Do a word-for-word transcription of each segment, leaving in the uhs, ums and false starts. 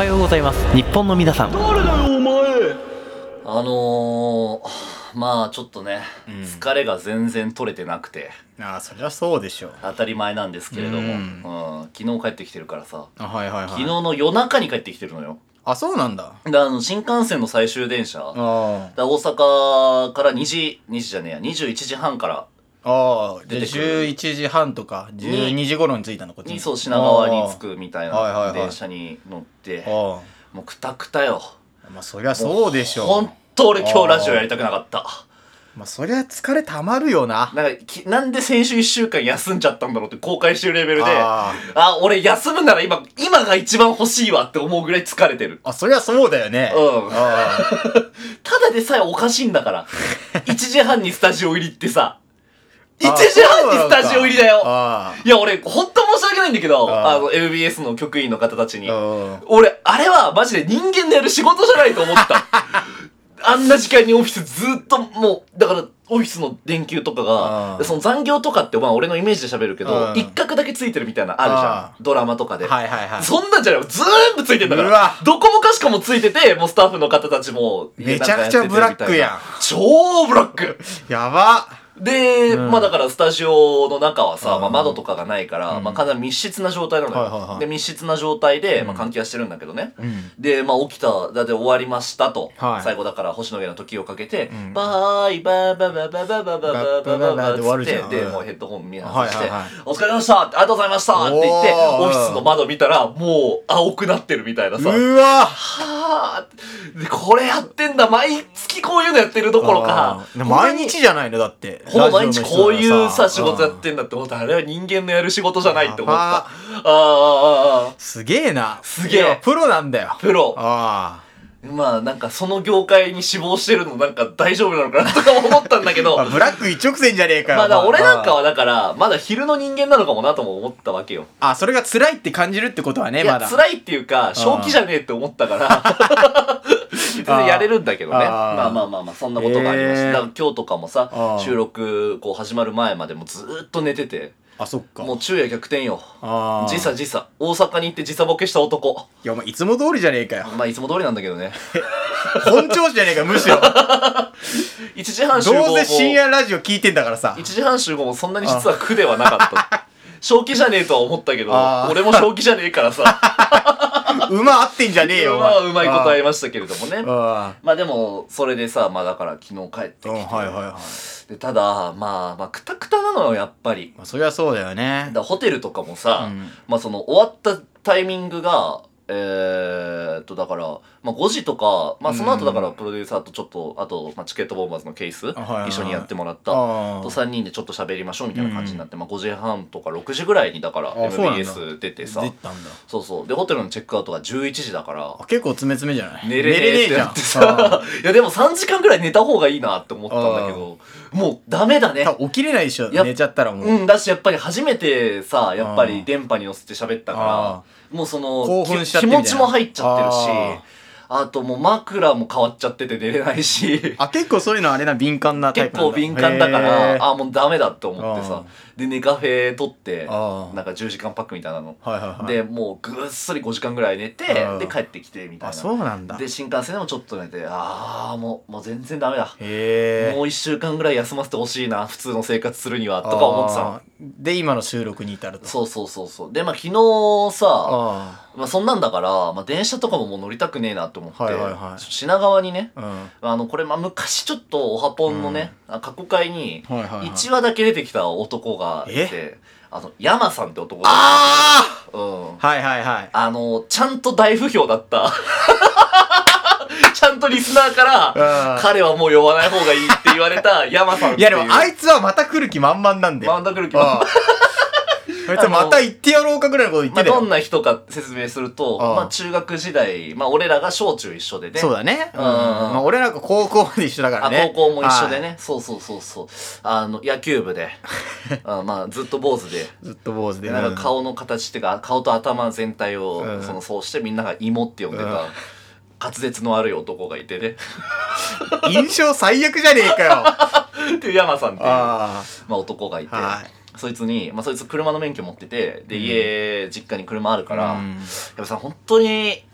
はようございます。日本の皆さん。 誰だよお前。 あのー、まあちょっとね、 うん、 疲れが全然取れてなくて。 ああ、そりゃそうでしょ。 当たり前なんですけれども、 うんうん、昨日帰ってきてるからさ。 あ、はいはいはい。 昨日の夜中に帰ってきてるのよ。 あ、そうなんだ。 で、あの新幹線の最終電車、 あ大阪からにじにじじゃねえやにじゅういちじはんからああ、で出てくるじゅういちじはんとかじゅうにじ頃に着いたの、こっちに。 にそう品川に着くみたいはいはいはない電車に乗って、 あもうクタクタよ。 あ、まあそりゃそうでしょ。 ほんと俺今日ラジオやりたくなかった。 まあそりゃ疲れたまるよな。 なんかきなんで先週いっしゅうかん休んじゃったんだろうって後悔してるレベルで、 ああ俺休むなら今今が一番欲しいわって思うぐらい疲れてる。 あ、そりゃそうだよね。 うんあただでさえおかしいんだからいちじはんにスタジオ入りってさいちあじはんにスタジオ入りだよ。 あいや俺ほんと申し訳ないんだけど、 ああの エムビーエス の局員の方たちに、 あ俺あれはマジで人間のやる仕事じゃないと思ったあんな時間にオフィスずっともうだからオフィスの電球とかがあその残業とかってまあ俺のイメージで喋るけどうん一角だけついてるみたいなあるじゃあんドラマとかで、 はいはいはい。 そんなんじゃないよずーんぶついてんだかうわらどこもかしこもついててもうスタッフの方たちもめちゃくちゃブラックやん。 超ブラックやば。 で、 うんまあだからスタジオの中はさ、 うんまあ、窓とかがないから、 うんまあかなり密室な状態なのよ、 はいはいはいで密室な状態で、 うんまあ、換気はしてるんだけどね、 うん。 でまあ起きただって終わりましたと、 はい最後だから星野源の時をかけて、 うんバーイバーバーバーバーバーバーバーバーバーバーバーで終わるじゃんつってでうんもうヘッドホン見外して、 はいはいはいお疲れ様でしたありがとうございましたって言っておーオフィスの窓見たらもう青くなってるみたいなさうわ。 はぁでこれやってんだ毎月こういうのやってるどころかあー毎日じゃないのだって。 ほぼ毎日こういうさラジ仕オの人なら事やってんだって思ったらあれは人間のやる仕事じゃないって思ったやばあーあーあーあーすげえな。 すげえいやプロなんだよ。 プロあまあなんかその業界に志望してるのなんか大丈夫なのかなとか思ったんだけどあ。ブラック一直線じゃねえかよ。 まあだから俺なんかは。 はだからまだ昼の人間なのかもなとも思ったわけよ。 あ、それが辛いって感じるってことはね、 いまだ。 や辛いっていうか正気じゃねえって思ったから全然やれるんだけどね。 あーまあまあまあまあそんなことがありました。 へーだから今日とかもさあー収録こう始まる前までもずーっと寝ててあ、そっか。 もう昼夜逆転よ。 あー時差時差大阪に行って時差ボケした男。 いや、お前いつも通りじゃねえかよ。 まあいつも通りなんだけどね本調子じゃねえかよ、むしろ。 いちじはん集合もどうせ深夜ラジオ聞いてんだからさい。ちじはん集合もそんなに実は苦ではなかった正気じゃねえとは思ったけどあー俺も正気じゃねえからさ馬合ってんじゃねえよ、お前。 まあうまいことありましたけれどもね。 あまあでもそれでさまあだから昨日帰ってあ。うん、 きて、 はいはいはい。 でただまあまあクタクタなのよやっぱり。 まあ、そりゃそうだよねだか。らホテルとかもさ、 うんまあその終わったタイミングがえー、っとだから、まあ、ごじとか、まあ、その後だからプロデューサーとちょっとあと、まあ、チケットボンバーズのケースはいはいはい一緒にやってもらったあとさんにんでちょっと喋りましょうみたいな感じになって、まあ、ごじはんとかろくじぐらいにだからあそうなんだエムビーエス 出てさ出たんだ。 そうそうでホテルのチェックアウトがじゅういちじだからあ、結構詰め詰めじゃない。 寝れねえってなってあさいやでもさんじかんぐらい寝た方がいいなって思ったんだけどもうダメだね多分起きれないでしょ、 やっ寝ちゃったらもう。 うんだしやっぱり初めてさやっぱり電波に乗せて喋ったあからもうその興奮しちゃって気みたいな持ちも入っちゃってるしああともう枕も変わっちゃってて寝れないしあ、結構そういうのあれな、敏感なタイプなんだ。 結構敏感だかへらーあもうダメだって思ってあさで寝カフェ取ってあーなんかじゅうじかんパックみたいなのはいはいはい。 でもうぐっすりごじかんぐらい寝てあーで帰ってきてみたいあ、 なそうなんだ。 で新幹線でもちょっと寝てああもうもう全然ダメだへえ。 もういっしゅうかんぐらい休ませてほしいな普通の生活するにはとか思ってたのあーで、今の収録に至ると。 そうそうそうそうでまあ昨日さあまあそんなんだから、まあ、電車とかももう乗りたくねえなと思って、 はいはいはい品川にねあ。うん。 あのこれまあ昔ちょっとオハポンのね、あ過去回にはいはいはいいちわだけ出てきた男がいてあの山さんって男があうんはいはいはい。 あのちゃんと大不評だったちゃんとリスナーからうん彼はもう呼ばない方がいいって言われた山さんっていういやでもあいつはまた来る気満々なんだよ。 マウント来る気あああいつはまた言ってやろうかぐらいのこと言っまあ、 てたよ。 どんな人か説明すると、 ああまあ、中学時代、まあ、俺らが小中一緒でね。 そうだね。うん。 うんまあ俺なんか高校まで一緒だからあね。 高校も一緒ではい。 ね。そうそうそうそう。あの、野球部で、あまあ、ずっと坊主で。 ずっと坊主で。 でなんか顔の形っていうか、顔と頭全体を、 うんその、そうしてみんなが芋って呼んでた、 うん滑舌の悪い男がいてね。 印象最悪じゃねえかよ。 っていう山さんっていう、 あまあ、男がいて。 はいそいつに、まあ、そいつ車の免許持ってて、で、家、実家に車あるから、 うんやっぱさ、本当に、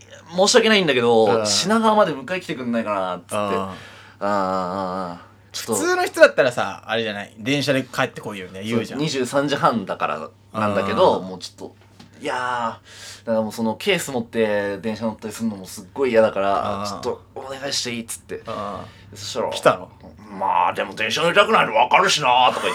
申し訳ないんだけうど、 ん品川まで迎え来てくんないかなっつって。あああ、ちょっと。 普通の人だったらさ、あれじゃない、電車で帰ってこいよね、言うじゃん。 にじゅうさんじはんだからなんだけど、もうちょっと、いやー、だからもうそのケース持って電車乗ったりするのもすっごい嫌だから、ちょっとお願いしていいっつって。 あそしたら、 来たの？ まあでも電車乗りたくないの分かるしなーとか言って。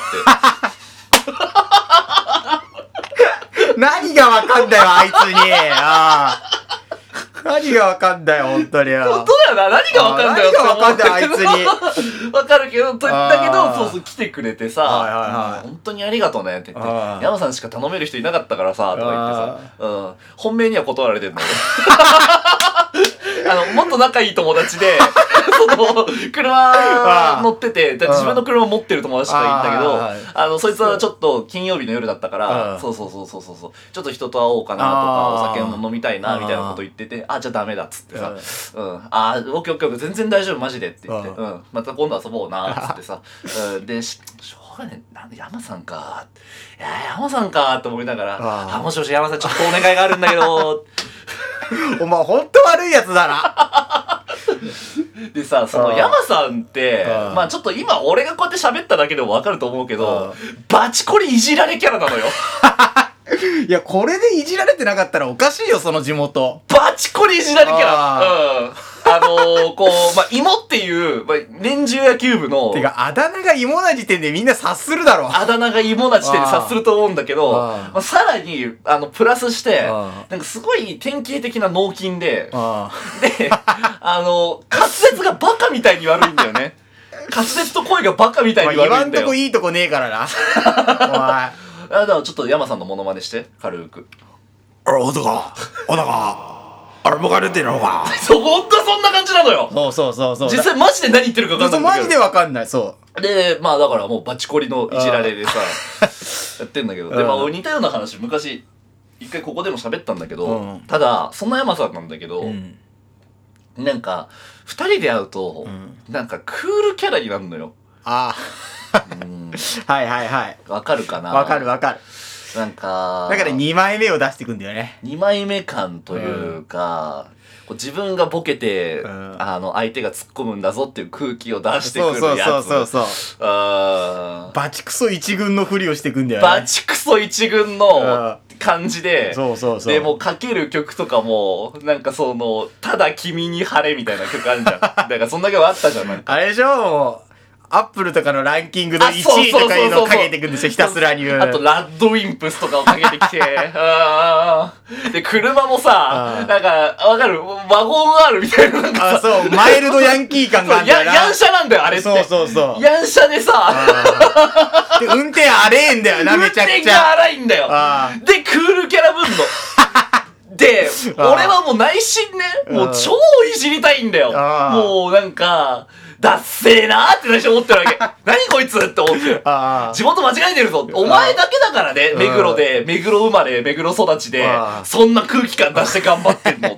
何がわかんだよ、あいつに。ああ。何がわかんだよ、本当に。 本当だよな、何がわかんだよ何がわかんだよ、あいつに。 わかるけど、と言ったけど、 あーそうそう、来てくれてさ、 はいはいはいうん本当にありがとうねって言って、 あー山さんしか頼める人いなかったからさ、とか言ってさ、うん、本命には断られてんのよ。あの、もっと仲いい友達で、その、車乗ってて、だ自分の車持ってる友達がいいんだけど、 あーあの、そいつはちょっと金曜日の夜だったかうら、 んそうそうそうそうそうそう、ちょっと人と会おうかなとか、 あーお酒も飲みたいな、みたいなこと言ってて、あ、じゃあダメだっつってさ、うん、あー、オッケーオッケーオッケー、全然大丈夫、マジでって言って、 ううん、また今度遊ぼうな、っつってさ、うん、で、ししょうがねえ、なんで山さんか、いや、山さんか、って思いながら、 あーあ、もしもし山さん、ちょっとお願いがあるんだけど、 お前、ほんと悪いやつだな。 でさ、その山さんってあーまあちょっと今俺がこうやって喋っただけでも分かると思うけあどバチコリいじられキャラなのよ。 いや、これでいじられてなかったらおかしいよ、その地元。 バチコリいじられキャラ。 あうんあのー、こうまあ芋っていう、まあ、年中野球部のてか、あだ名が芋な時点でみんな察するだろ。 あだ名が芋な時点で察すると思うんだけどあーまあ、さらにあのプラスしてあーなんかすごい典型的な脳筋であであの滑舌がバカみたいに悪いんだよね。滑舌と声がバカみたいまあ、 に悪いんだよ。 言わんとこいいとこねえからな。お前。 あだからちょっと山さんのモノマネして軽く。 あら、おとか、おたか、あれ、僕が出てるのか。 そうほんとそんな感じなのよ。 そうそうそうそう。 実際マジで何言ってるか分かんないんだけどマジでわかんない、そでまあだからもうバチコリのいじられでさやってんだけどでまあうん似たような話昔一回ここでも喋ったんだけど、 うんただそんな山さんなんだけど、 う。うん。 なんか二人で会うと、 うんなんかクールキャラになるのよ。 あうんあ。はいはいはい。 わかるかな。 わかるわかる。 なんかだからにまいめを出していくんだよね。 にまいめ感というか、こう自分がボケて、 うんあの相手が突っ込むんだぞっていう空気を出してくそうるやつ。 そうそうそうそう。 あーバチクソ一軍のふりをしていくんだよね。 バチクソ一軍の感じで、 そうそうそう。 でもうかける曲とかもなんかその「ただ君に晴れ」みたいな曲あるじゃん。だからそんな曲あったじゃん。なんかあれでしょ、もう、アップルとかのランキングのあいちそうそうそうそういとかいうのをかけていくんですよ、ひたすらに。 あとラッドウィンプスとかをかけてきてあーで車もさあーなんかわかるワゴン R みたいななんかあ、そう、マイルドヤンキー感があるんだよな。 やヤン車なんだよあれって。 そうそうそう。 ヤン車でさあーで、運転荒えんだよな、めちゃ運転がくちゃ。 荒いんだよ。 あでクールキャラぶんのであー俺はもう内心ねもう超いじりたいんだよ。 あーもうなんかダッセーなーって内心思ってるわけ。何こいつって思ってる。 あ地元間違えてるぞ。お前だけだからね、 うん目黒で、目黒生まれ、目黒育ちであ、 そんな空気感出して頑張ってんの。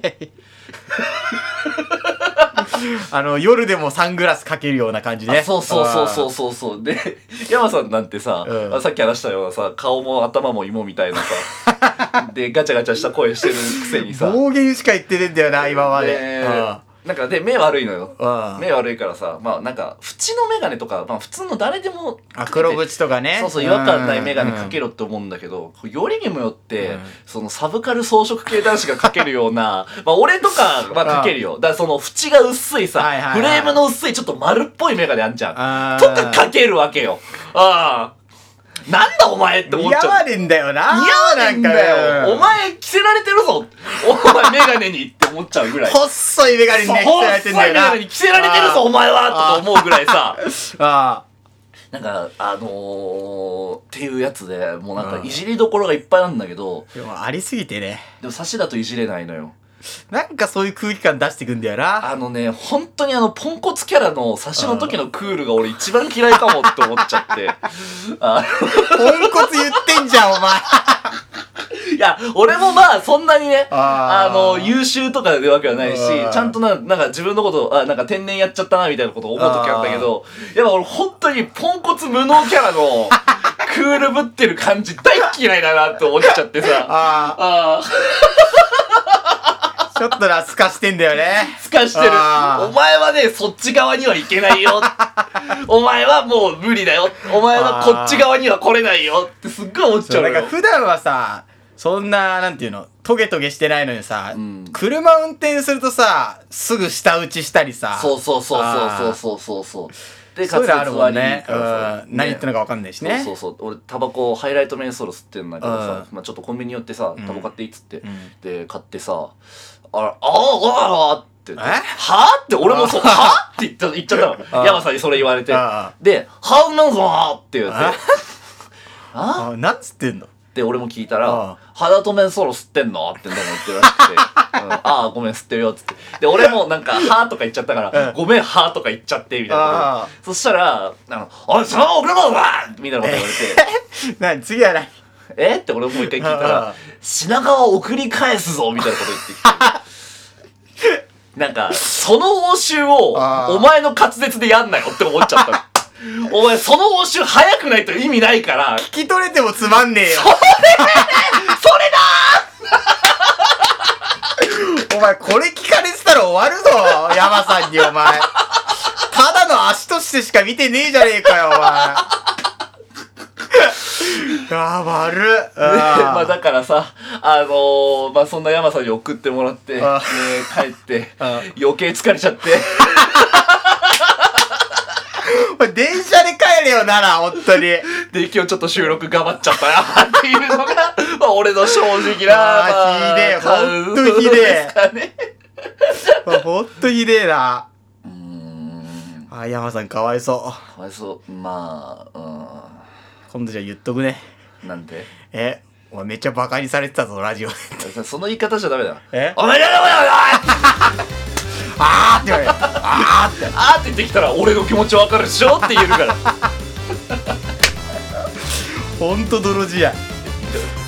あの、夜でもサングラスかけるような感じね。 あそうそうそうそうそうそう。で、山さんなんてさ、 うんあさっき話したようなさ、顔も頭も芋みたいなさ、で、ガチャガチャした声してるくせにさ、 暴言しか言ってねえんだよな、今まで。 でなんかで、目悪いのよ。 うん。 目悪いからさ、まあなんか、縁のメガネとか、まあ普通の誰でもあ、黒縁とかね。 そうそう、違和感ないメガネかける。 ろって思うんだけど、よりにもよって、 うんそのサブカル装飾系男子がかけるような、まあ俺とかはかけるよ。だからその縁が薄いさ、 はいはいはいフレームの薄いちょっと丸っぽいメガネあんじゃん。 あーとかかけるわけよ。ああ。なんだお前って思っ似合ちゃう。 わねえんだよな。 似合わねえんだよ。お前着せられてるぞ。お前メガネにって思っちゃうぐらい。 細いメガネにね、着せられてんだよな。 細いメガネに着せられてるぞお前はとか思うぐらいさ。 あなんか、あのー、っていうやつで、もうなんかいじりどころがいっぱいなんだけど、 あ。でもありすぎてね。 でも差しだといじれないのよ。 なんかそういう空気感出してくんだよな。 あのね、本当にあの、ポンコツキャラの差しの時のクールが俺一番嫌いかもって思っちゃって。あポンコツ言ってんじゃん、お前。 いや、俺もまあそんなにね、 あーあの、優秀とかいうわけはないしうん、 ちゃんとな、なんか自分のこと、あ、なんか天然やっちゃったなみたいなこと思う時あったけど、やっぱ俺本当にポンコツ無能キャラのクールぶってる感じ大嫌いだなって思っちゃってさ。 あああ。しちょっとなすかしてんだよね。 すかしてる。 あーお前はね、そっち側には行けないよ。お前はもう無理だよ。お前はこっち側には来れないよってすっごい思っちそうなんかゃうのよ。 普段はさ、そんななんていうのトゲトゲしてないのにさ、 うん車運転するとさすぐ舌打ちしたりさ、 そうそうそうあーそうそうそうそう。で、 そういうのあるもん悪いね。 からさうん、何言ってるのか分かんないしね。 そうそうそう。俺タバコハイライトメンソール吸ってんだけどさ、 うまあちょっとコンビニ寄ってさ、タバコ買っていいっつって、 んで買ってさ、あら、ああああって言って、 えはって俺もそう、はって言っちゃ言っちゃったの。山さんにそれ言われてあ、 で、はうなんぞって言って、 あああ、なんつってんの。 って俺も聞いたあら、肌とメンソール吸ってんのってどうも言ってるらしくて、うん、ああ、ごめん吸ってるよっつって。で、俺もなんか、はとか言っちゃったから、 うんごめん、はとか言っちゃって、みたいなあこと。そしたら、あの、おい、その車はみたいなこと言われて、 何次は何。 えって俺もう一回聞いたあらあ、 品川送り返すぞみたいなこと言ってきて。なんか、その応酬を、 ああお前の滑舌でやんなよって思っちゃったの。お前、その応酬早くないと意味ないから、 聞き取れてもつまんねえよ。 それだお前これ聞かれてたら終わるぞ、山さんにお前。ただの足としてしか見てねえじゃねえかよ、お前。あー、悪っ。あまあだからさ、あのー、まあそんな山さんに送ってもらって、であ帰って、 あ余計疲れちゃって、 お前電車で帰れよなら、ほんとに。 で、今日ちょっと収録頑張っちゃったなっていうのが、まあ俺の正直な、 あーまあ、 ひでえ感ほんとひでえですかね。 ほんとひでえな。 うーん、 あー、山さんかわいそう。 かわいそう。まあ、 今度じゃあ言っとくね。 うん、なんでえ、お前めっちゃバカにされてたぞ、ラジオで。 その言い方じゃダメだ。 えお前だよ、お前だよ、 あーって言われる。あーって。 あーって言ってきたら俺の気持ちわかるでしょって言えるから。 ほんと泥仕合。